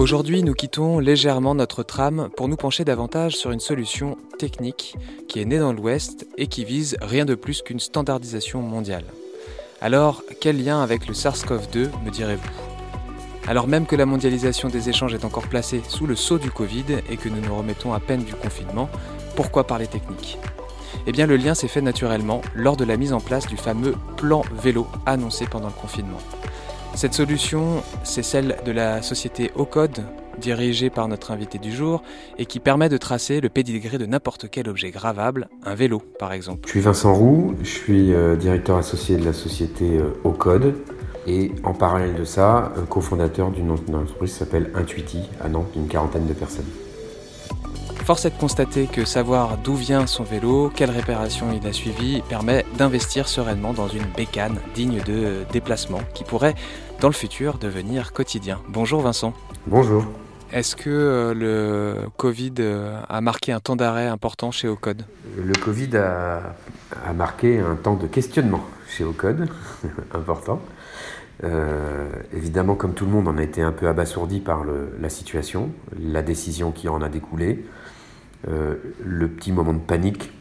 Aujourd'hui, nous quittons légèrement notre trame pour nous pencher davantage sur une solution technique qui est née dans l'Ouest et qui vise rien de plus qu'une standardisation mondiale. Alors, quel lien avec le SARS-CoV-2, me direz-vous ? Alors même que la mondialisation des échanges est encore placée sous le sceau du Covid et que nous nous remettons à peine du confinement, pourquoi parler technique ? Eh bien, le lien s'est fait naturellement lors de la mise en place du fameux plan vélo annoncé pendant le confinement. Cette solution, c'est celle de la société Ocode, dirigée par notre invité du jour, et qui permet de tracer le pédigré de n'importe quel objet gravable, un vélo par exemple. Je suis Vincent Roux, je suis directeur associé de la société Ocode, et en parallèle de ça, cofondateur d'une entreprise qui s'appelle Intuiti, à Nantes, d'une 40aine de personnes. Force est de constater que savoir d'où vient son vélo, quelle réparation il a suivi, permet d'investir sereinement dans une bécane digne de déplacement qui pourrait, dans le futur, devenir quotidien. Bonjour Vincent. Bonjour. Est-ce que le Covid a marqué un temps d'arrêt important chez Ocode ? Le Covid a marqué un temps de questionnement chez Ocode, important. Évidemment, comme tout le monde, on a été un peu abasourdi par la situation, la décision qui en a découlé, le petit moment de panique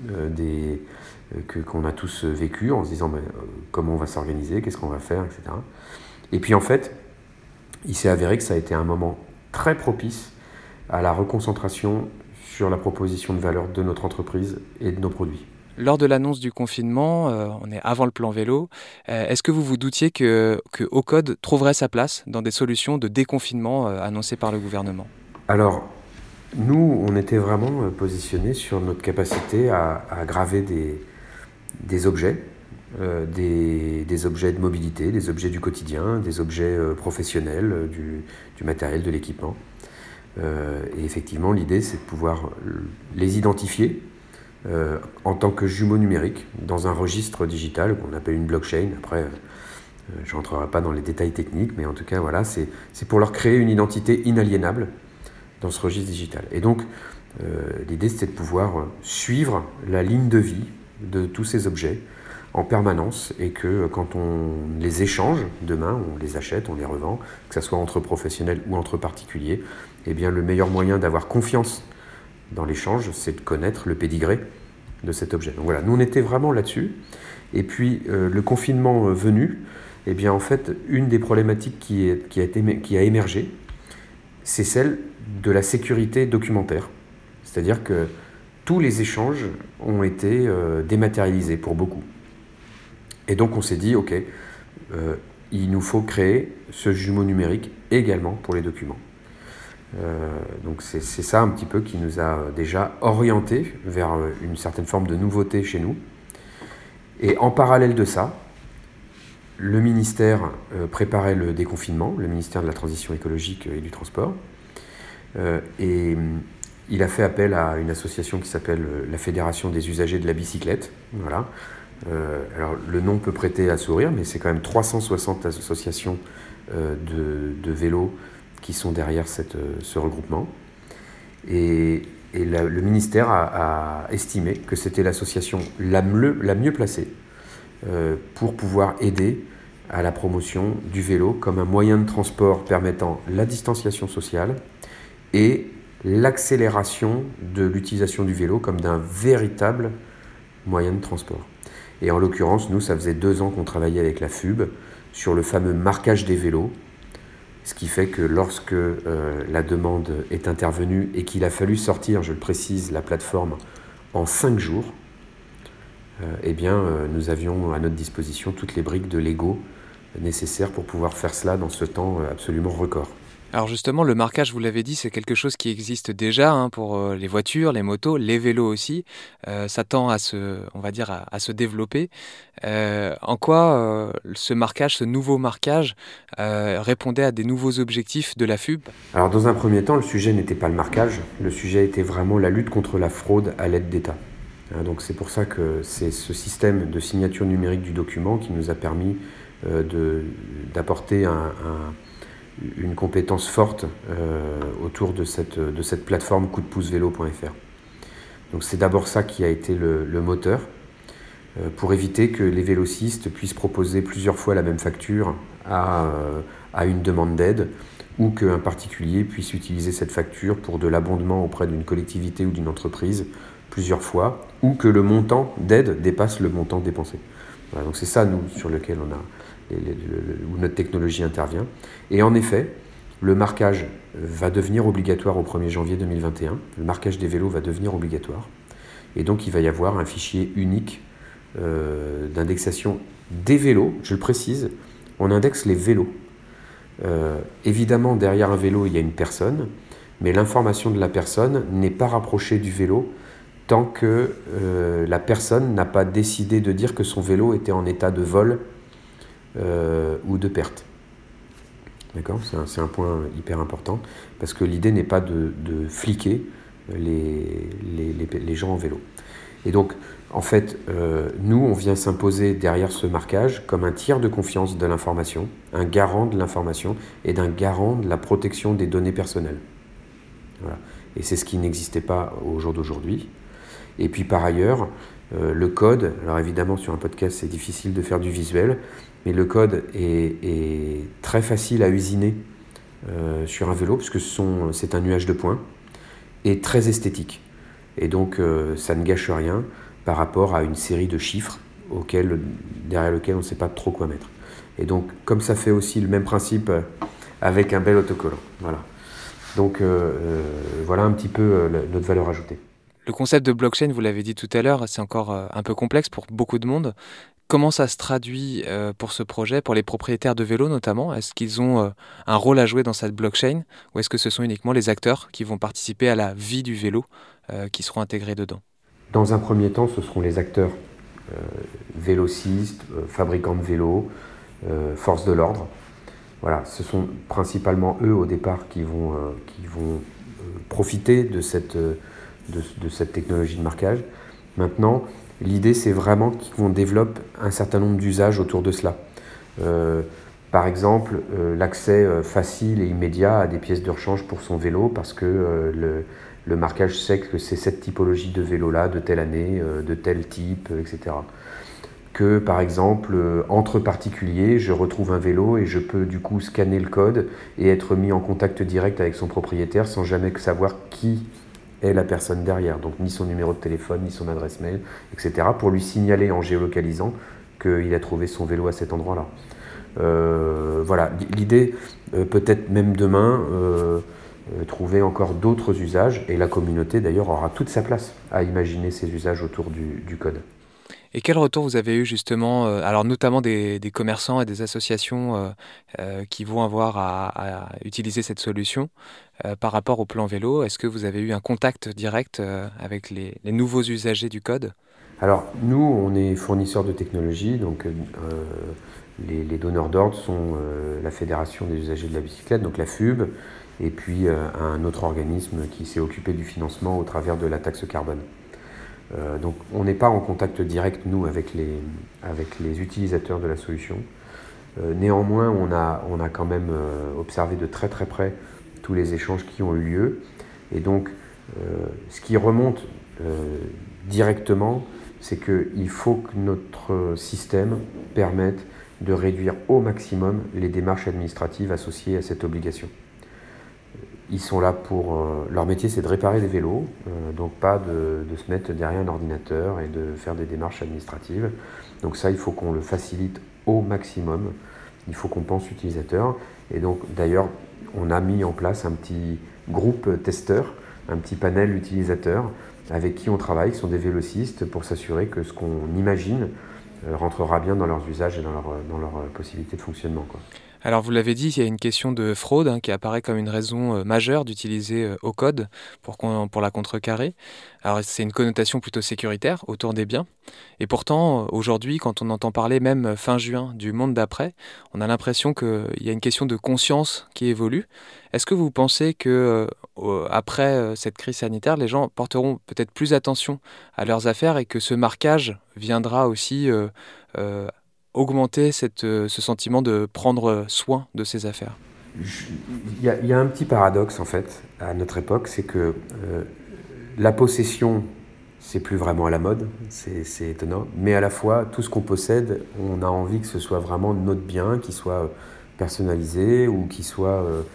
qu'on a tous vécu en se disant comment on va s'organiser, qu'est-ce qu'on va faire, etc. Et puis en fait, il s'est avéré que ça a été un moment très propice à la reconcentration sur la proposition de valeur de notre entreprise et de nos produits. Lors de l'annonce du confinement, on est avant le plan vélo, est-ce que vous vous doutiez que Ocode trouverait sa place dans des solutions de déconfinement annoncées par le gouvernement ? Alors, nous, on était vraiment positionnés sur notre capacité à graver des objets, des objets de mobilité, des objets du quotidien, des objets professionnels, du matériel, de l'équipement. Et effectivement, l'idée, c'est de pouvoir les identifier en tant que jumeaux numériques dans un registre digital qu'on appelle une blockchain. Après, je ne rentrerai pas dans les détails techniques, mais en tout cas, voilà, c'est pour leur créer une identité inaliénable dans ce registre digital. Et donc, l'idée, c'était de pouvoir suivre la ligne de vie de tous ces objets en permanence et que quand on les échange demain, on les achète, on les revend, que ce soit entre professionnels ou entre particuliers, eh bien, le meilleur moyen d'avoir confiance dans l'échange, c'est de connaître le pédigré de cet objet. Donc voilà, nous on était vraiment là-dessus. Et puis le confinement venu, eh bien en fait, une des problématiques qui a émergé, c'est celle de la sécurité documentaire. C'est-à-dire que tous les échanges ont été dématérialisés pour beaucoup. Et donc on s'est dit, ok, il nous faut créer ce jumeau numérique également pour les documents. Donc c'est ça un petit peu qui nous a déjà orientés vers une certaine forme de nouveauté chez nous. Et en parallèle de ça, le ministère préparait le déconfinement, le ministère de la Transition écologique et du Transport. Et il a fait appel à une association qui s'appelle la Fédération des usagers de la bicyclette. Voilà. Alors le nom peut prêter à sourire, mais c'est quand même 360 associations de vélos qui sont derrière ce regroupement. Et le ministère a estimé que c'était l'association la mieux placée pour pouvoir aider à la promotion du vélo comme un moyen de transport permettant la distanciation sociale et l'accélération de l'utilisation du vélo comme d'un véritable moyen de transport. Et en l'occurrence, nous, ça faisait 2 ans qu'on travaillait avec la FUB sur le fameux marquage des vélos, ce qui fait que lorsque la demande est intervenue et qu'il a fallu sortir, je le précise, la plateforme en 5 jours, eh bien, nous avions à notre disposition toutes les briques de Lego nécessaires pour pouvoir faire cela dans ce temps absolument record. Alors justement, le marquage, vous l'avez dit, c'est quelque chose qui existe déjà pour les voitures, les motos, les vélos aussi. Ça tend à se développer. En quoi ce marquage, ce nouveau marquage, répondait à des nouveaux objectifs de la FUB ? Alors dans un premier temps, le sujet n'était pas le marquage. Le sujet était vraiment la lutte contre la fraude à l'aide d'État. Donc c'est pour ça que c'est ce système de signature numérique du document qui nous a permis d'apporter une compétence forte autour de cette plateforme coupdepoussevélo.fr. Donc c'est d'abord ça qui a été le moteur, pour éviter que les vélocistes puissent proposer plusieurs fois la même facture à une demande d'aide, ou qu'un particulier puisse utiliser cette facture pour de l'abondement auprès d'une collectivité ou d'une entreprise plusieurs fois, ou que le montant d'aide dépasse le montant dépensé. Voilà, donc c'est ça, nous, sur lequel où notre technologie intervient. Et en effet, le marquage va devenir obligatoire au 1er janvier 2021. Le marquage des vélos va devenir obligatoire. Et donc, il va y avoir un fichier unique d'indexation des vélos. Je le précise, on indexe les vélos. Évidemment, derrière un vélo, il y a une personne, mais l'information de la personne n'est pas rapprochée du vélo tant que la personne n'a pas décidé de dire que son vélo était en état de vol ou de perte. D'accord ? C'est un point hyper important, parce que l'idée n'est pas de fliquer les gens en vélo. Et donc, en fait, nous, on vient s'imposer derrière ce marquage comme un tiers de confiance de l'information, un garant de l'information et d'un garant de la protection des données personnelles. Voilà. Et c'est ce qui n'existait pas au jour d'aujourd'hui. Et puis par ailleurs, le code, alors évidemment sur un podcast c'est difficile de faire du visuel, mais le code est très facile à usiner sur un vélo, puisque c'est un nuage de points, et très esthétique. Et donc ça ne gâche rien par rapport à une série de chiffres derrière lequel on ne sait pas trop quoi mettre. Et donc comme ça fait aussi le même principe avec un bel autocollant. Voilà. Donc voilà un petit peu notre valeur ajoutée. Le concept de blockchain, vous l'avez dit tout à l'heure, c'est encore un peu complexe pour beaucoup de monde. Comment ça se traduit pour ce projet, pour les propriétaires de vélos notamment ? Est-ce qu'ils ont un rôle à jouer dans cette blockchain, ou est-ce que ce sont uniquement les acteurs qui vont participer à la vie du vélo qui seront intégrés dedans ? Dans un premier temps, ce seront les acteurs vélocistes, fabricants de vélos, forces de l'ordre. Voilà, ce sont principalement eux au départ qui vont profiter de cette technologie de marquage. Maintenant, l'idée, c'est vraiment qu'on développe un certain nombre d'usages autour de cela. Par exemple, l'accès facile et immédiat à des pièces de rechange pour son vélo, parce que le marquage sait que c'est cette typologie de vélo-là, de telle année, de tel type, etc. Que, par exemple, entre particuliers, je retrouve un vélo et je peux du coup scanner le code et être mis en contact direct avec son propriétaire sans jamais savoir qui est la personne derrière, donc ni son numéro de téléphone, ni son adresse mail, etc., pour lui signaler en géolocalisant qu'il a trouvé son vélo à cet endroit-là. Voilà, l'idée, peut-être même demain, trouver encore d'autres usages, et la communauté d'ailleurs aura toute sa place à imaginer ces usages autour du code. Et quel retour vous avez eu justement, alors notamment des commerçants et des associations qui vont avoir à utiliser cette solution par rapport au plan vélo ? Est-ce que vous avez eu un contact direct avec les nouveaux usagers du code ? Alors nous, on est fournisseurs de technologie, donc les donneurs d'ordre sont la Fédération des usagers de la bicyclette, donc la FUB, et puis un autre organisme qui s'est occupé du financement au travers de la taxe carbone. Donc on n'est pas en contact direct, nous, avec les utilisateurs de la solution. Néanmoins, on a quand même observé de très très près tous les échanges qui ont eu lieu. Et donc, ce qui remonte directement, c'est qu'il faut que notre système permette de réduire au maximum les démarches administratives associées à cette obligation. Ils sont là pour... leur métier, c'est de réparer des vélos, donc pas de se mettre derrière un ordinateur et de faire des démarches administratives. Donc ça, il faut qu'on le facilite au maximum. Il faut qu'on pense utilisateur. Et donc, d'ailleurs, on a mis en place un petit groupe testeur, un petit panel utilisateurs avec qui on travaille, qui sont des vélocistes, pour s'assurer que ce qu'on imagine rentrera bien dans leurs usages et dans leur possibilité de fonctionnement, quoi. Alors vous l'avez dit, il y a une question de fraude qui apparaît comme une raison majeure d'utiliser Ocode pour la contrecarrer. Alors c'est une connotation plutôt sécuritaire autour des biens. Et pourtant, aujourd'hui, quand on entend parler même fin juin du monde d'après, on a l'impression qu'il y a une question de conscience qui évolue. Est-ce que vous pensez que après cette crise sanitaire, les gens porteront peut-être plus attention à leurs affaires et que ce marquage viendra aussi augmenter ce sentiment de prendre soin de ses affaires? Il y a un petit paradoxe en fait à notre époque, c'est que la possession, c'est plus vraiment à la mode, c'est étonnant, mais à la fois tout ce qu'on possède, on a envie que ce soit vraiment notre bien, qu'il soit personnalisé ou qu'il soit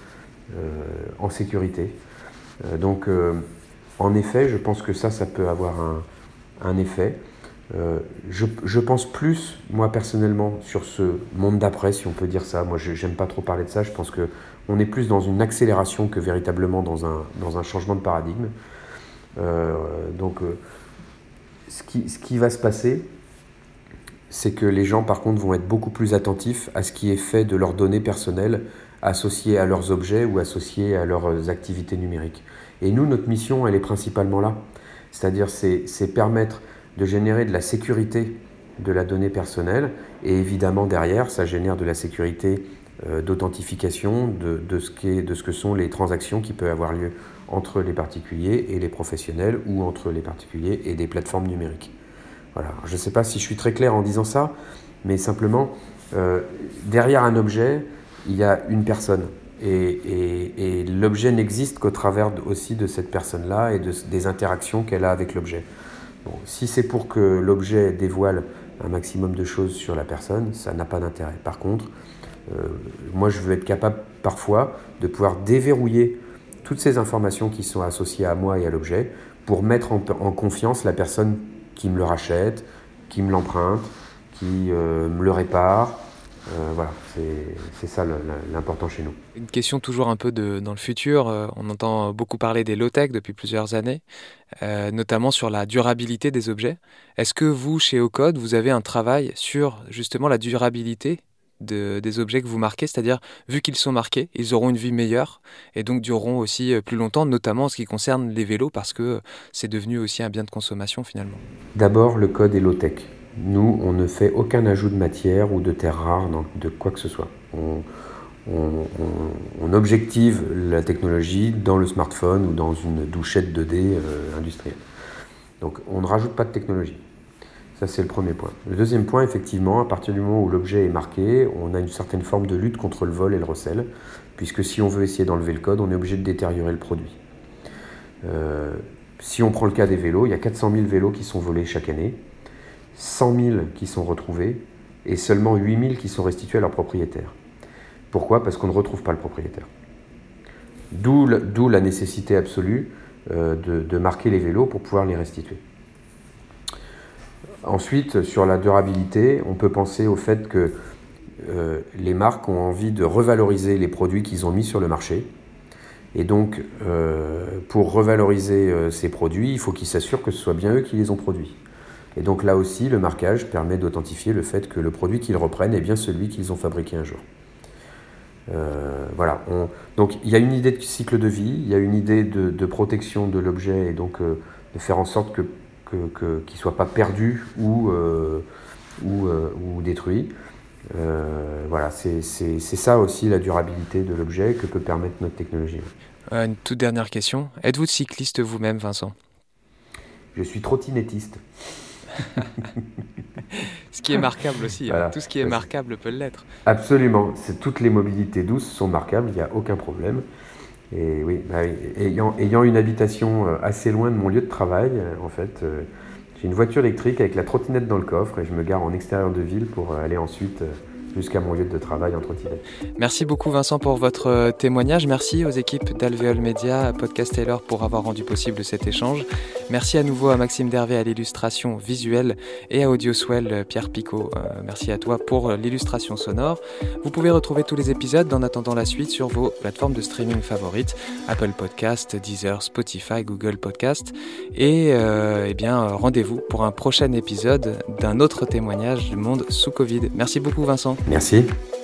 en sécurité. Donc, en effet, je pense que ça peut avoir un effet. Je pense plus, moi personnellement, sur ce monde d'après, si on peut dire ça. Moi, j'aime pas trop parler de ça. Je pense qu'on est plus dans une accélération que véritablement dans un changement de paradigme. Ce qui va se passer, c'est que les gens, par contre, vont être beaucoup plus attentifs à ce qui est fait de leurs données personnelles associées à leurs objets ou associées à leurs activités numériques. Et nous, notre mission, elle est principalement là. C'est-à-dire, c'est permettre de générer de la sécurité de la donnée personnelle, et évidemment derrière ça génère de la sécurité d'authentification de ce que sont les transactions qui peuvent avoir lieu entre les particuliers et les professionnels, ou entre les particuliers et des plateformes numériques. Voilà. Je ne sais pas si je suis très clair en disant ça, mais simplement derrière un objet il y a une personne, et l'objet n'existe qu'au travers aussi de cette personne-là et des interactions qu'elle a avec l'objet. Bon, si c'est pour que l'objet dévoile un maximum de choses sur la personne, ça n'a pas d'intérêt. Par contre, moi je veux être capable parfois de pouvoir déverrouiller toutes ces informations qui sont associées à moi et à l'objet pour mettre en confiance la personne qui me le rachète, qui me l'emprunte, qui me le répare. Voilà, c'est ça l'important chez nous. Une question toujours un peu dans le futur. On entend beaucoup parler des low-tech depuis plusieurs années, notamment sur la durabilité des objets. Est-ce que vous, chez Ocode, vous avez un travail sur justement la durabilité des objets que vous marquez, c'est-à-dire, vu qu'ils sont marqués, ils auront une vie meilleure et donc dureront aussi plus longtemps, notamment en ce qui concerne les vélos, parce que c'est devenu aussi un bien de consommation finalement. D'abord, le code est low-tech. Nous, on ne fait aucun ajout de matière ou de terres rares, de quoi que ce soit. On objective la technologie dans le smartphone ou dans une douchette 2D industrielle. Donc, on ne rajoute pas de technologie. Ça, c'est le premier point. Le deuxième point, effectivement, à partir du moment où l'objet est marqué, on a une certaine forme de lutte contre le vol et le recel, puisque si on veut essayer d'enlever le code, on est obligé de détériorer le produit. Si on prend le cas des vélos, il y a 400 000 vélos qui sont volés chaque année, 100 000 qui sont retrouvés et seulement 8 000 qui sont restitués à leur propriétaire. Pourquoi ? Parce qu'on ne retrouve pas le propriétaire. D'où la nécessité absolue de marquer les vélos pour pouvoir les restituer. Ensuite, sur la durabilité, on peut penser au fait que les marques ont envie de revaloriser les produits qu'ils ont mis sur le marché. Et donc, pour revaloriser ces produits, il faut qu'ils s'assurent que ce soit bien eux qui les ont produits. Et donc là aussi, le marquage permet d'authentifier le fait que le produit qu'ils reprennent est bien celui qu'ils ont fabriqué un jour. Voilà. Donc il y a une idée de cycle de vie, il y a une idée de protection de l'objet, et donc de faire en sorte qu'il ne soit pas perdu ou détruit. Voilà, c'est ça aussi la durabilité de l'objet que peut permettre notre technologie. Une toute dernière question. Êtes-vous cycliste vous-même, Vincent ? Je suis trottinettiste. Ce qui est marquable aussi, voilà. Tout ce qui est marquable peut l'être. Absolument, toutes les mobilités douces sont marquables, il n'y a aucun problème. Et oui, ayant une habitation assez loin de mon lieu de travail, en fait, j'ai une voiture électrique avec la trottinette dans le coffre, et je me gare en extérieur de ville pour aller ensuite jusqu'à mon lieu de travail en trottinette. Merci beaucoup Vincent pour votre témoignage. Merci aux équipes d'Alvéole Média, Podcast Taylor pour avoir rendu possible cet échange. Merci à nouveau à Maxime Dervé à l'illustration visuelle et à Audioswell Pierre Picot. Merci à toi pour l'illustration sonore. Vous pouvez retrouver tous les épisodes en attendant la suite sur vos plateformes de streaming favorites, Apple Podcast, Deezer, Spotify, Google Podcast. Et rendez-vous pour un prochain épisode d'un autre témoignage du monde sous Covid. Merci beaucoup Vincent. Merci.